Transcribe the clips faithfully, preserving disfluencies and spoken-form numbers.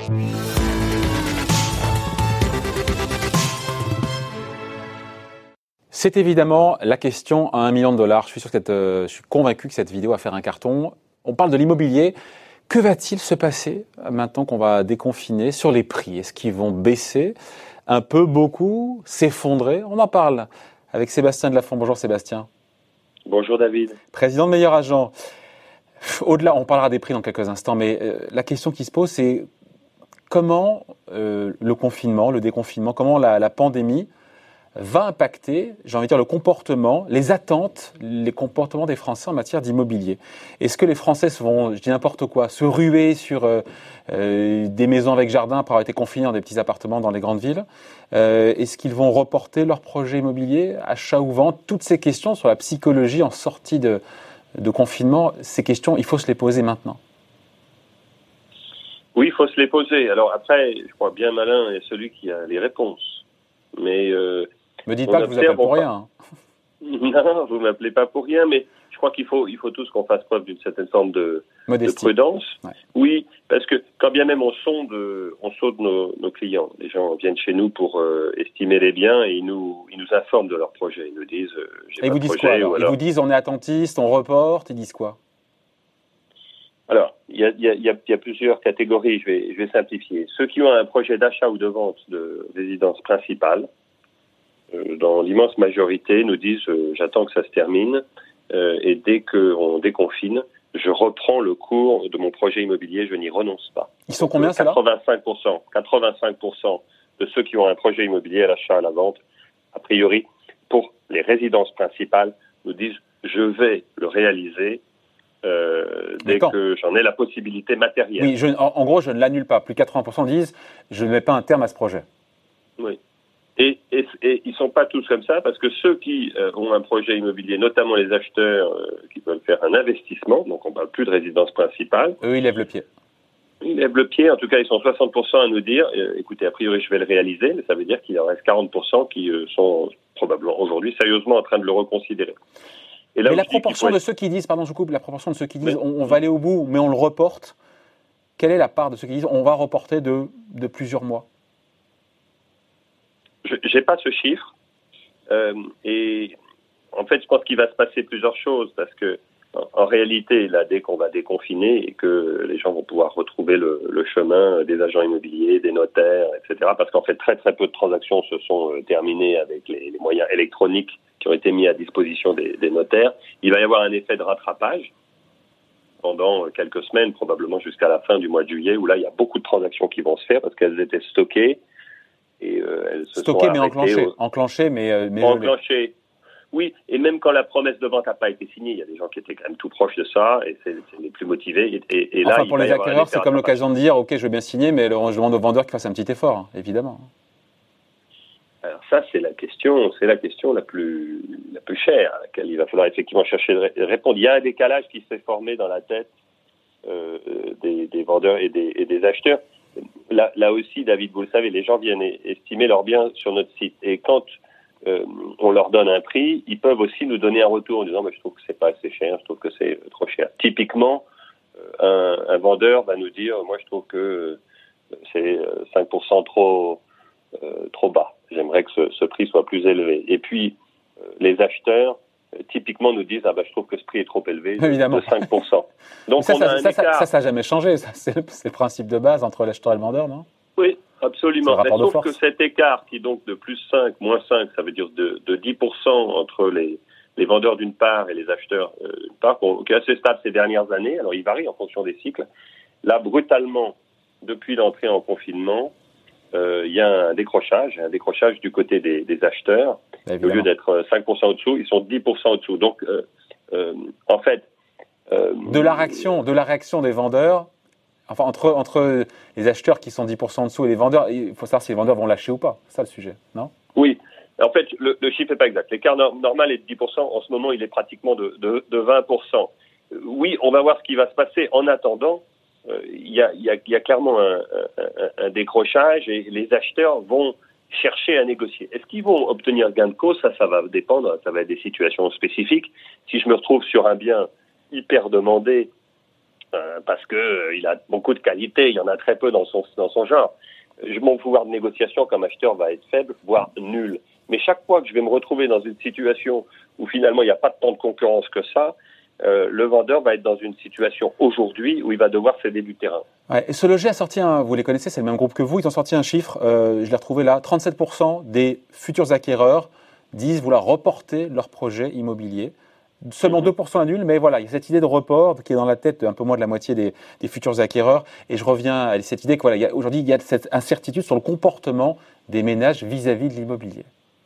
C'est évidemment la question à un million de dollars. Je suis sûr que cette, euh, je suis convaincu que cette vidéo va faire un carton. On parle de l'immobilier. Que va-t-il se passer maintenant qu'on va déconfiner sur les prix? Est-ce qu'ils vont baisser un peu, beaucoup, s'effondrer? On en parle avec Sébastien Delafont. Bonjour Sébastien. Bonjour David. Président de Meilleur Agent. Au-delà, on parlera des prix dans quelques instants, mais euh, la question qui se pose, c'est comment euh, le confinement, le déconfinement, comment la, la pandémie va impacter, j'ai envie de dire, le comportement, les attentes, les comportements des Français en matière d'immobilier. Est-ce que les Français vont, je dis n'importe quoi, se ruer sur euh, euh, des maisons avec jardin après avoir été confinés dans des petits appartements dans les grandes villes? euh, Est-ce qu'ils vont reporter leurs projets immobiliers, achat ou vente? Toutes ces questions sur la psychologie en sortie de, de confinement, ces questions, il faut se les poser maintenant. Oui, il faut se les poser. Alors après, je crois bien malin est celui qui a les réponses. Mais euh, me dites pas que je vous appelle pour rien. Non, vous m'appelez pas pour rien, mais je crois qu'il faut, il faut tous qu'on fasse preuve d'une certaine forme de, de prudence. Ouais. Oui, parce que quand bien même on sonde, on sonde nos, nos clients. Les gens viennent chez nous pour euh, estimer les biens et ils nous, ils nous informent de leur projet. Ils nous disent, euh, j'ai et ils vous disent quoi alors, alors Ils vous disent, on est attentiste, on reporte. Ils disent quoi? Alors, il y a, y, a, y, a, y a plusieurs catégories. Je vais, je vais simplifier. Ceux qui ont un projet d'achat ou de vente de résidence principale, euh, dans l'immense majorité, nous disent euh, j'attends que ça se termine euh, et dès qu'on déconfine, je reprends le cours de mon projet immobilier, je n'y renonce pas. Ils sont combien, ça quatre-vingt-cinq pour cent, quatre-vingt-cinq pour cent de ceux qui ont un projet immobilier à l'achat, à la vente, a priori, pour les résidences principales, nous disent je vais le réaliser Euh, dès que j'en ai la possibilité matérielle. Oui, je, en, en gros, je ne l'annule pas. Plus de quatre-vingts pour cent disent je ne mets pas un terme à ce projet. Oui. Et, et, et ils ne sont pas tous comme ça parce que ceux qui euh, ont un projet immobilier, notamment les acheteurs euh, qui veulent faire un investissement, donc on ne parle plus de résidence principale. Eux, ils lèvent le pied. Ils lèvent le pied. En tout cas, ils sont soixante pour cent à nous dire euh, écoutez, a priori, je vais le réaliser, mais ça veut dire qu'il en reste quarante pour cent qui euh, sont probablement aujourd'hui sérieusement en train de le reconsidérer. Et là mais la proportion de ceux qui disent, pardon, je coupe, la proportion de ceux qui disent mais, on, on va aller au bout, mais on le reporte, quelle est la part de ceux qui disent on va reporter de, de plusieurs mois? Je n'ai pas ce chiffre. Euh, et en fait, je pense qu'il va se passer plusieurs choses parce que, en, en réalité, là, dès qu'on va déconfiner et que les gens vont pouvoir retrouver le, le chemin des agents immobiliers, des notaires, et cetera, parce qu'en fait, très très peu de transactions se sont euh, terminées avec les, les moyens électroniques qui ont été mis à disposition des, des notaires. Il va y avoir un effet de rattrapage pendant quelques semaines, probablement jusqu'à la fin du mois de juillet, où là, il y a beaucoup de transactions qui vont se faire parce qu'elles étaient stockées. Et, euh, elles se stockées sont mais enclenchées. Au... Enclenchées mais, euh, mais enclenchées. Oui, et même quand la promesse de vente n'a pas été signée, il y a des gens qui étaient quand même tout proches de ça, et c'est, c'est les plus motivés. Et, et, et là, enfin, pour les acquéreurs, c'est comme l'occasion de dire, ok, je veux bien signer, mais je demande au vendeur qu'il fasse un petit effort, hein, évidemment. Alors ça, c'est la question, c'est la question la plus, la plus chère, à laquelle il va falloir effectivement chercher de répondre. Il y a un décalage qui s'est formé dans la tête euh, des, des vendeurs et des, et des acheteurs. Là, là aussi, David, vous le savez, les gens viennent estimer leurs biens sur notre site. Et quand euh, on leur donne un prix, ils peuvent aussi nous donner un retour en disant mais « je trouve que c'est pas assez cher, je trouve que c'est trop cher ». Typiquement, un, un vendeur va nous dire « moi, je trouve que c'est cinq pour cent trop, euh, trop bas. J'aimerais que ce, ce prix soit plus élevé ». Et puis, euh, les acheteurs, euh, typiquement, nous disent « ah ben, je trouve que ce prix est trop élevé, Évidemment. de cinq pour cent ». Donc, ça, on ça, a un ça, écart. Ça, ça n'a jamais changé. Ça, c'est, le, c'est le principe de base entre l'acheteur et le vendeur, non? Oui, absolument. Mais sauf force. que cet écart qui est donc de plus cinq, moins cinq, ça veut dire de, de dix pour cent entre les, les vendeurs d'une part et les acheteurs euh, d'une part, qui est assez stable ces dernières années. Alors, il varie en fonction des cycles. Là, brutalement, depuis l'entrée en confinement, euh, il y a un décrochage, un décrochage du côté des, des acheteurs. Évidemment. Au lieu d'être cinq pour cent au-dessous, ils sont dix pour cent au-dessous. Donc, euh, euh, en fait... Euh, de la réaction, de la réaction des vendeurs, enfin, entre, entre les acheteurs qui sont dix pour cent en dessous et les vendeurs, il faut savoir si les vendeurs vont lâcher ou pas. C'est ça le sujet, non? Oui. En fait, le, le chiffre n'est pas exact. L'écart no- normal est de dix pour cent. En ce moment, il est pratiquement de, de, de vingt pour cent. Euh, oui, on va voir ce qui va se passer. En attendant, euh, il y, a, y, a, y a clairement un, un, un décrochage et les acheteurs vont chercher à négocier. Est-ce qu'ils vont obtenir gain de cause? Ça, ça va dépendre. Ça va être des situations spécifiques. Si je me retrouve sur un bien hyper demandé euh, parce que euh, il a beaucoup de qualités, il y en a très peu dans son dans son genre. Mon pouvoir de négociation comme acheteur va être faible, voire nul. Mais chaque fois que je vais me retrouver dans une situation où finalement il n'y a pas tant de concurrence que ça, euh, le vendeur va être dans une situation aujourd'hui où il va devoir céder du terrain. Ouais, et Sologer a sorti un, vous les connaissez, c'est le même groupe que vous, ils ont sorti un chiffre, euh, je l'ai retrouvé là, trente-sept pour cent des futurs acquéreurs disent vouloir reporter leur projet immobilier. Seulement mmh. deux pour cent annulent, mais voilà, il y a cette idée de report qui est dans la tête d'un peu moins de la moitié des, des futurs acquéreurs. Et je reviens à cette idée qu'aujourd'hui, il y a cette incertitude sur le comportement des ménages vis-à-vis de l'immobilier.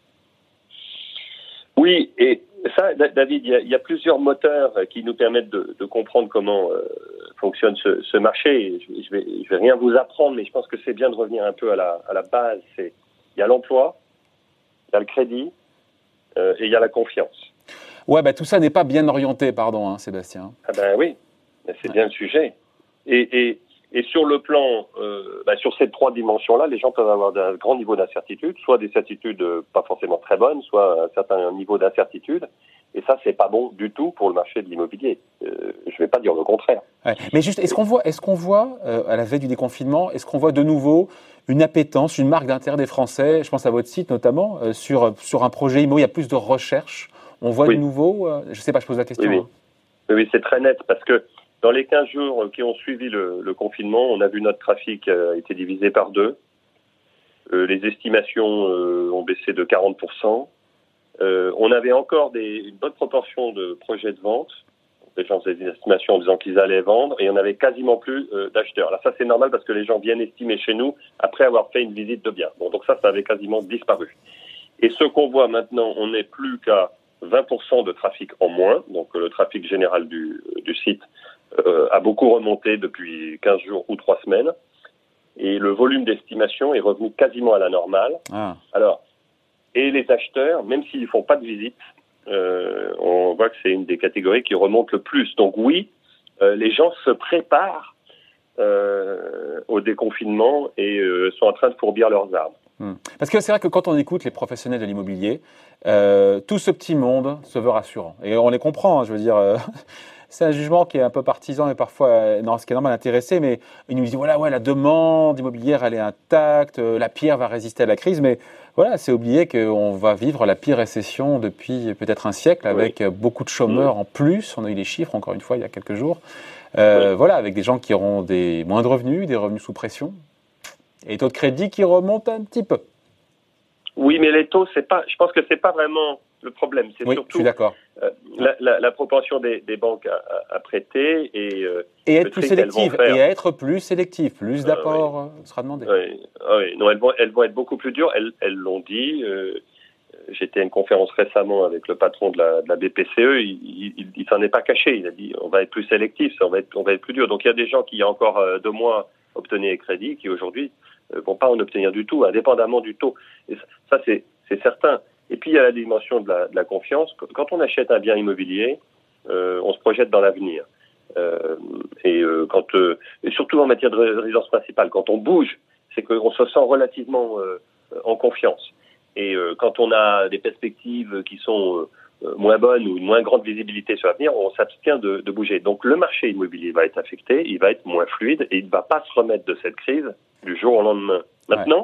Oui, et ça, David, il y a, il y a plusieurs moteurs qui nous permettent de, de comprendre comment euh, fonctionne ce, ce marché. Je, je vais, je vais rien vous apprendre, mais je pense que c'est bien de revenir un peu à la, à la base. C'est, il y a l'emploi, il y a le crédit euh, et il y a la confiance. Ouais, bah, tout ça n'est pas bien orienté, pardon, hein, Sébastien. Ah ben oui, c'est ouais. bien le sujet. Et, et, et sur le plan, euh, bah, sur ces trois dimensions-là, les gens peuvent avoir un grand niveau d'incertitude, soit des certitudes pas forcément très bonnes, soit un certain niveau d'incertitude. Et ça, c'est pas bon du tout pour le marché de l'immobilier. Euh, je vais pas dire le contraire. Ouais. Mais juste, est-ce qu'on voit, est-ce qu'on voit euh, à la veille du déconfinement, est-ce qu'on voit de nouveau une appétence, une marque d'intérêt des Français, je pense à votre site notamment, euh, sur sur un projet immo, il y a plus de recherche. On voit oui. de nouveau, euh, je ne sais pas, je pose la question. Oui, oui. Hein. oui, oui c'est très net parce que dans les quinze jours qui ont suivi le, le confinement, on a vu notre trafic a été divisé par deux. Euh, les estimations euh, ont baissé de quarante pour cent. Euh, on avait encore des, une bonne proportion de projets de vente. Les gens faisaient des estimations en disant qu'ils allaient vendre et on avait quasiment plus euh, d'acheteurs. Là, ça, c'est normal parce que les gens viennent estimer chez nous après avoir fait une visite de bien. Bon, donc ça, ça avait quasiment disparu. Et ce qu'on voit maintenant, on n'est plus qu'à vingt pour cent de trafic en moins. Donc, le trafic général du, du site euh, a beaucoup remonté depuis quinze jours ou trois semaines. Et le volume d'estimation est revenu quasiment à la normale. Ah. Alors, et les acheteurs, même s'ils font pas de visite, euh, on voit que c'est une des catégories qui remonte le plus. Donc oui, euh, les gens se préparent euh, au déconfinement et euh, sont en train de fourbir leurs armes. Hum. Parce que c'est vrai que quand on écoute les professionnels de l'immobilier, euh, tout ce petit monde se veut rassurant. Et on les comprend, hein, je veux dire... Euh... C'est un jugement qui est un peu partisan et parfois, non, ce qui est normal, intéressé, mais ils nous disent, voilà, ouais, la demande immobilière, elle est intacte, la pierre va résister à la crise, mais voilà, c'est oublier qu'on va vivre la pire récession depuis peut-être un siècle, avec oui. beaucoup de chômeurs oui. en plus. On a eu les chiffres, encore une fois, il y a quelques jours. Euh, oui. Voilà, avec des gens qui auront des moins de revenus, des revenus sous pression, et taux de crédit qui remontent un petit peu. Oui, mais les taux, c'est pas, je pense que c'est pas vraiment le problème. C'est oui, surtout je suis d'accord. Euh, la, la, la propension des, des banques à, à, à prêter et euh, et être plus sélective et à être plus sélective, plus d'apports euh, oui. sera demandé. Oui, oui. Non, elles vont, elles vont être beaucoup plus dures. Elles, elles l'ont dit. Euh, j'étais à une conférence récemment avec le patron de la, de la B P C E. Il, il, il s'en est pas caché. Il a dit on va être plus sélectif, on va être, on va être plus dur. Donc il y a des gens qui il y a encore euh, deux mois obtenaient crédit, qui aujourd'hui euh, vont pas en obtenir du tout, indépendamment du taux. Et ça, ça c'est, c'est certain. Et puis, il y a la dimension de la, de la confiance. Quand on achète un bien immobilier, euh, on se projette dans l'avenir. Euh, et, euh, quand, euh, et surtout en matière de résidence principale, quand on bouge, c'est qu'on se sent relativement euh, en confiance. Et euh, quand on a des perspectives qui sont euh, moins bonnes ou une moins grande visibilité sur l'avenir, on s'abstient de, de bouger. Donc, le marché immobilier va être affecté, il va être moins fluide et il ne va pas se remettre de cette crise du jour au lendemain. Maintenant, ouais.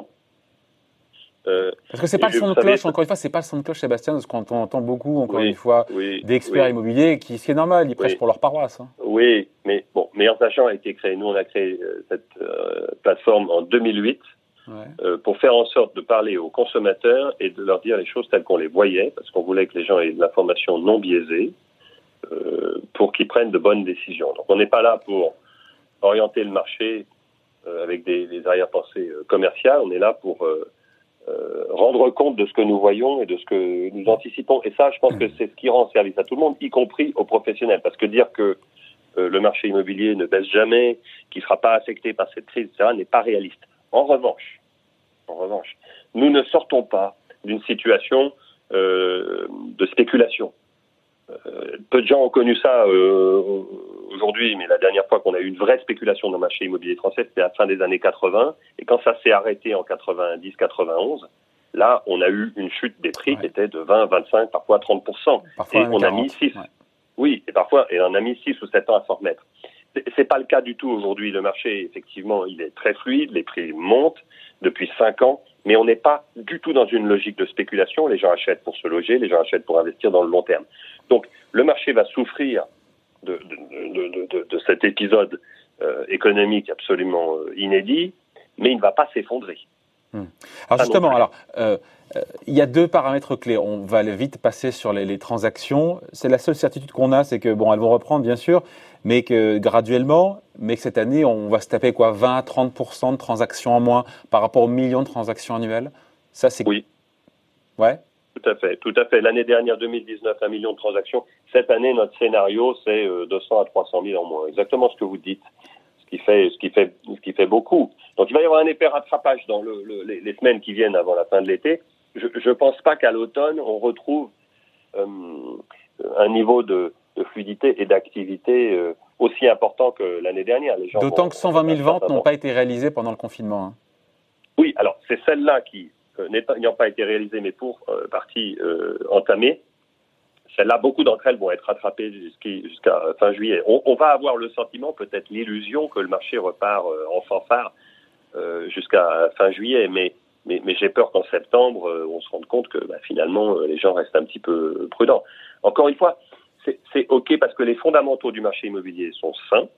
Euh, Parce que c'est pas le son de cloche, encore une fois, c'est pas le son de cloche, Sébastien, parce qu'on entend beaucoup, encore oui, une fois, oui, d'experts oui. immobiliers qui, ce qui est normal, ils prêchent oui. pour leur paroisse. Hein. Oui, mais bon, Meilleurs Agents a été créé. Nous, on a créé euh, cette euh, plateforme en deux mille huit ouais. euh, pour faire en sorte de parler aux consommateurs et de leur dire les choses telles qu'on les voyait, parce qu'on voulait que les gens aient de l'information non biaisée euh, pour qu'ils prennent de bonnes décisions. Donc, on n'est pas là pour orienter le marché euh, avec des, des arrière-pensées euh, commerciales. On est là pour euh, Euh, rendre compte de ce que nous voyons et de ce que nous anticipons. Et ça, je pense que c'est ce qui rend service à tout le monde, y compris aux professionnels. Parce que dire que euh, le marché immobilier ne baisse jamais, qu'il ne sera pas affecté par cette crise, et cetera, n'est pas réaliste. En revanche, en revanche, nous ne sortons pas d'une situation euh, de spéculation. Euh, peu de gens ont connu ça euh, aujourd'hui, mais la dernière fois qu'on a eu une vraie spéculation dans le marché immobilier français, c'était à la fin des années quatre-vingts. Et quand ça s'est arrêté en quatre-vingt-dix quatre-vingt-onze, là, on a eu une chute des prix ouais. qui était de vingt, vingt-cinq, parfois trente pour cent. Parfois et on a mis six. Ouais. Oui, et parfois, et on a mis six ou sept ans à s'en remettre. C'est pas le cas du tout aujourd'hui. Le marché, effectivement, il est très fluide, les prix montent depuis cinq ans, mais on n'est pas du tout dans une logique de spéculation. Les gens achètent pour se loger, les gens achètent pour investir dans le long terme. Donc, le marché va souffrir de, de, de, de, de, de cet épisode euh, économique absolument euh, inédit, mais il ne va pas s'effondrer. Hum. Alors justement, alors euh, euh, il y a deux paramètres clés. On va vite passer sur les, les transactions. C'est la seule certitude qu'on a, c'est que bon, elles vont reprendre bien sûr, mais que graduellement, mais que cette année, on va se taper quoi, vingt à trente pour cent de transactions en moins par rapport aux millions de transactions annuelles. Ça, c'est oui. Ouais. Tout à fait, tout à fait. L'année dernière, deux mille dix-neuf, un million de transactions. Cette année, notre scénario, c'est deux cents à trois cent mille en moins. Exactement ce que vous dites. Ce qui fait, ce qui fait, ce qui fait beaucoup. Donc, il va y avoir un épais rattrapage dans le, le, les, les semaines qui viennent avant la fin de l'été. Je ne pense pas qu'à l'automne, on retrouve euh, un niveau de, de fluidité et d'activité euh, aussi important que l'année dernière. Les gens D'autant vont, que cent vingt mille ventes n'ont pas été réalisées pendant le confinement. Hein. Oui, alors c'est celles-là qui, euh, n'ayant pas été réalisées, mais pour euh, partie euh, entamée, celles-là, beaucoup d'entre elles vont être rattrapées jusqu'à fin juillet. On, on va avoir le sentiment, peut-être l'illusion, que le marché repart euh, en fanfare euh, jusqu'à fin juillet, mais, mais, mais j'ai peur qu'en septembre, euh, on se rende compte que bah, finalement, euh, les gens restent un petit peu prudents. Encore une fois, c'est, c'est OK parce que les fondamentaux du marché immobilier sont sains,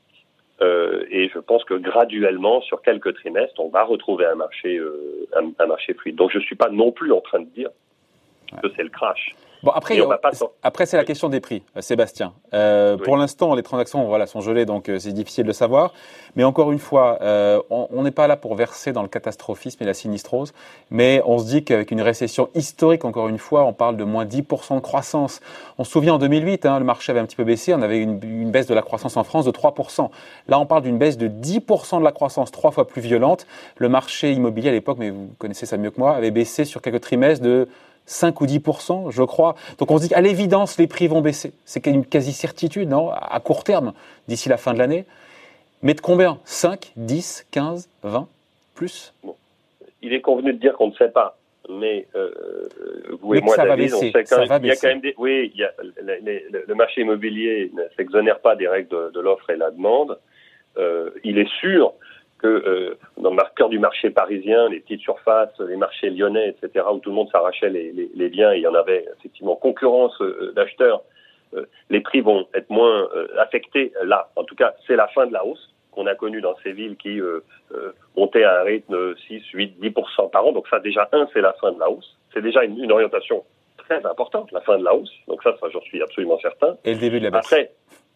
euh, et je pense que graduellement, sur quelques trimestres, on va retrouver un marché, euh, un, un marché fluide. Donc je ne suis pas non plus en train de dire que c'est le crash. Bon, après, euh, après c'est la question des prix, Sébastien. Euh, oui. Pour l'instant, les transactions voilà, sont gelées, donc euh, c'est difficile de savoir. Mais encore une fois, euh, on n'est pas là pour verser dans le catastrophisme et la sinistrose, mais on se dit qu'avec une récession historique, encore une fois, on parle de moins dix pour cent de croissance. On se souvient en deux mille huit, hein, le marché avait un petit peu baissé, on avait une, une baisse de la croissance en France de trois pour cent. Là, on parle d'une baisse de dix pour cent de la croissance, trois fois plus violente. Le marché immobilier à l'époque, mais vous connaissez ça mieux que moi, avait baissé sur quelques trimestres de cinq ou dix pour cent, je crois. Donc on se dit qu'à l'évidence, les prix vont baisser. C'est une quasi-certitude, non, à court terme, d'ici la fin de l'année. Mais de combien ? cinq, dix, quinze, vingt, plus ? Bon. Il est convenu de dire qu'on ne sait pas. Mais euh, vous mais et moi, David, baisser, on sait quand même, il y a quand même des... Oui, il y a, les, les, le marché immobilier ne s'exonère pas des règles de, de l'offre et la demande. Euh, il est sûr que euh, dans le cœur du marché parisien, les petites surfaces, les marchés lyonnais, et cetera, où tout le monde s'arrachait les, les, les biens, et il y en avait effectivement concurrence euh, d'acheteurs, euh, les prix vont être moins euh, affectés là. En tout cas, c'est la fin de la hausse qu'on a connue dans ces villes qui euh, euh, montaient à un rythme six, huit, dix pour cent par an. Donc ça, déjà, un, c'est la fin de la hausse. C'est déjà une, une orientation très importante, la fin de la hausse. Donc ça, ça j'en suis absolument certain. Et le début de la baisse. Après,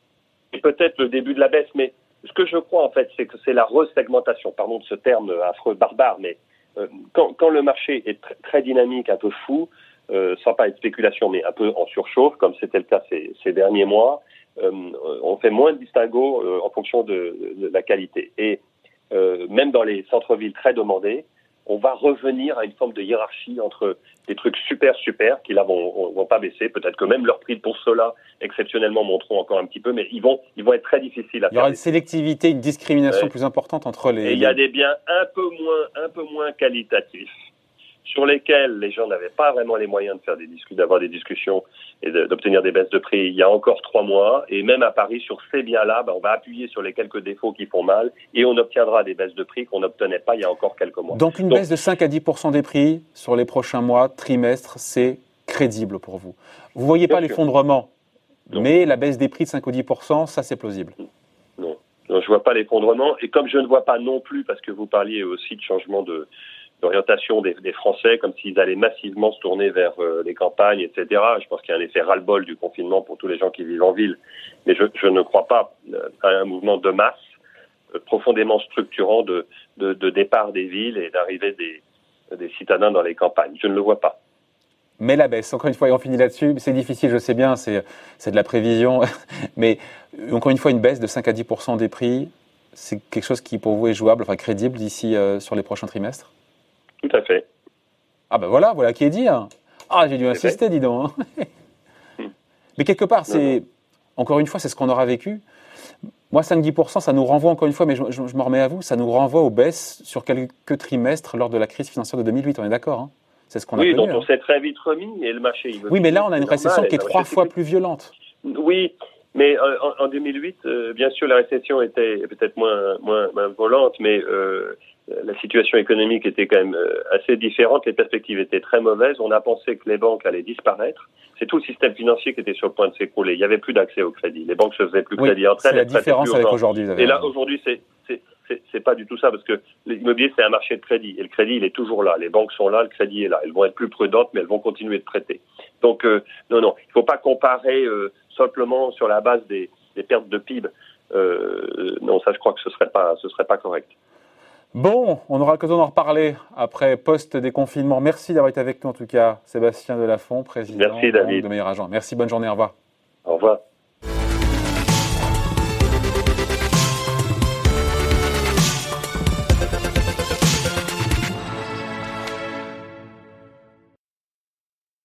et peut-être le début de la baisse, mais ce que je crois, en fait, c'est que c'est la resegmentation, pardon de ce terme affreux, barbare, mais euh, quand, quand le marché est tr- très dynamique, un peu fou, euh, sans pas être spéculation, mais un peu en surchauffe, comme c'était le cas ces, ces derniers mois, euh, on fait moins de distinguo euh, en fonction de, de, de la qualité. Et euh, même dans les centres-villes très demandés, on va revenir à une forme de hiérarchie entre des trucs super, super, qui là vont, vont pas baisser. Peut-être que même leurs prix pour cela, exceptionnellement, monteront encore un petit peu, mais ils vont, ils vont être très difficiles à faire. Il y aura une sélectivité, une discrimination ouais. plus importante entre les... Et il y a des biens un peu moins, un peu moins qualitatifs, sur lesquels les gens n'avaient pas vraiment les moyens de faire des discussions, d'avoir des discussions et de, d'obtenir des baisses de prix il y a encore trois mois. Et même à Paris, sur ces biens-là, ben, on va appuyer sur les quelques défauts qui font mal et on obtiendra des baisses de prix qu'on n'obtenait pas il y a encore quelques mois. Donc une Donc, baisse de cinq à dix pour cent des prix sur les prochains mois, trimestres, c'est crédible pour vous. Vous ne voyez pas l'effondrement, mais la baisse des prix de cinq ou dix pour cent, ça c'est plausible. Non, non je ne vois pas l'effondrement. Et comme je ne vois pas non plus, parce que vous parliez aussi de changement de... d'orientation des, des Français, comme s'ils allaient massivement se tourner vers euh, les campagnes, et cetera. Je pense qu'il y a un effet ras-le-bol du confinement pour tous les gens qui vivent en ville. Mais je, je ne crois pas euh, à un mouvement de masse euh, profondément structurant de, de, de départ des villes et d'arrivée des, des citadins dans les campagnes. Je ne le vois pas. Mais la baisse, encore une fois, et on finit là-dessus, c'est difficile, je sais bien, c'est, c'est de la prévision, mais encore une fois, une baisse de cinq à dix pour cent des prix, c'est quelque chose qui pour vous est jouable, enfin crédible d'ici euh, sur les prochains trimestres ? Tout à fait. Ah ben voilà, voilà qui est dit. Hein. Ah, j'ai dû c'est insister, fait. Dis donc. Hein. Mais quelque part, c'est non, non. encore une fois, c'est ce qu'on aura vécu. Moi, cinq à dix pour cent, ça nous renvoie encore une fois, mais je, je, je me remets à vous, ça nous renvoie aux baisses sur quelques trimestres lors de la crise financière de deux mille huit, on est d'accord hein. C'est ce qu'on oui, a connu. Oui, donc hein. on s'est très vite remis et le marché... Oui, mais là, on a une récession qui est trois fois plus violente. Oui, Mais euh, en, en deux mille huit, euh, bien sûr, la récession était peut-être moins, moins, moins violente, mais euh, la situation économique était quand même euh, assez différente. Les perspectives étaient très mauvaises. On a pensé que les banques allaient disparaître. C'est tout le système financier qui était sur le point de s'écrouler. Il n'y avait plus d'accès au crédit. Les banques ne se faisaient plus oui, crédit entre elles. C'est la différence avec aujourd'hui. Et là, aujourd'hui, c'est, c'est, c'est, c'est pas du tout ça, parce que l'immobilier, c'est un marché de crédit. Et le crédit, il est toujours là. Les banques sont là, le crédit est là. Elles vont être plus prudentes, mais elles vont continuer de prêter. Donc, euh, non, non, il ne faut pas comparer euh, simplement sur la base des, des pertes de P I B. Euh, non, ça, je crois que ce serait pas, ce serait pas correct. Bon, on aura l'occasion d'en reparler après post-déconfinement. Merci d'avoir été avec nous en tout cas, Sébastien Delafont, président Merci, David. de Meilleur Agent. Merci, bonne journée, au revoir. Au revoir.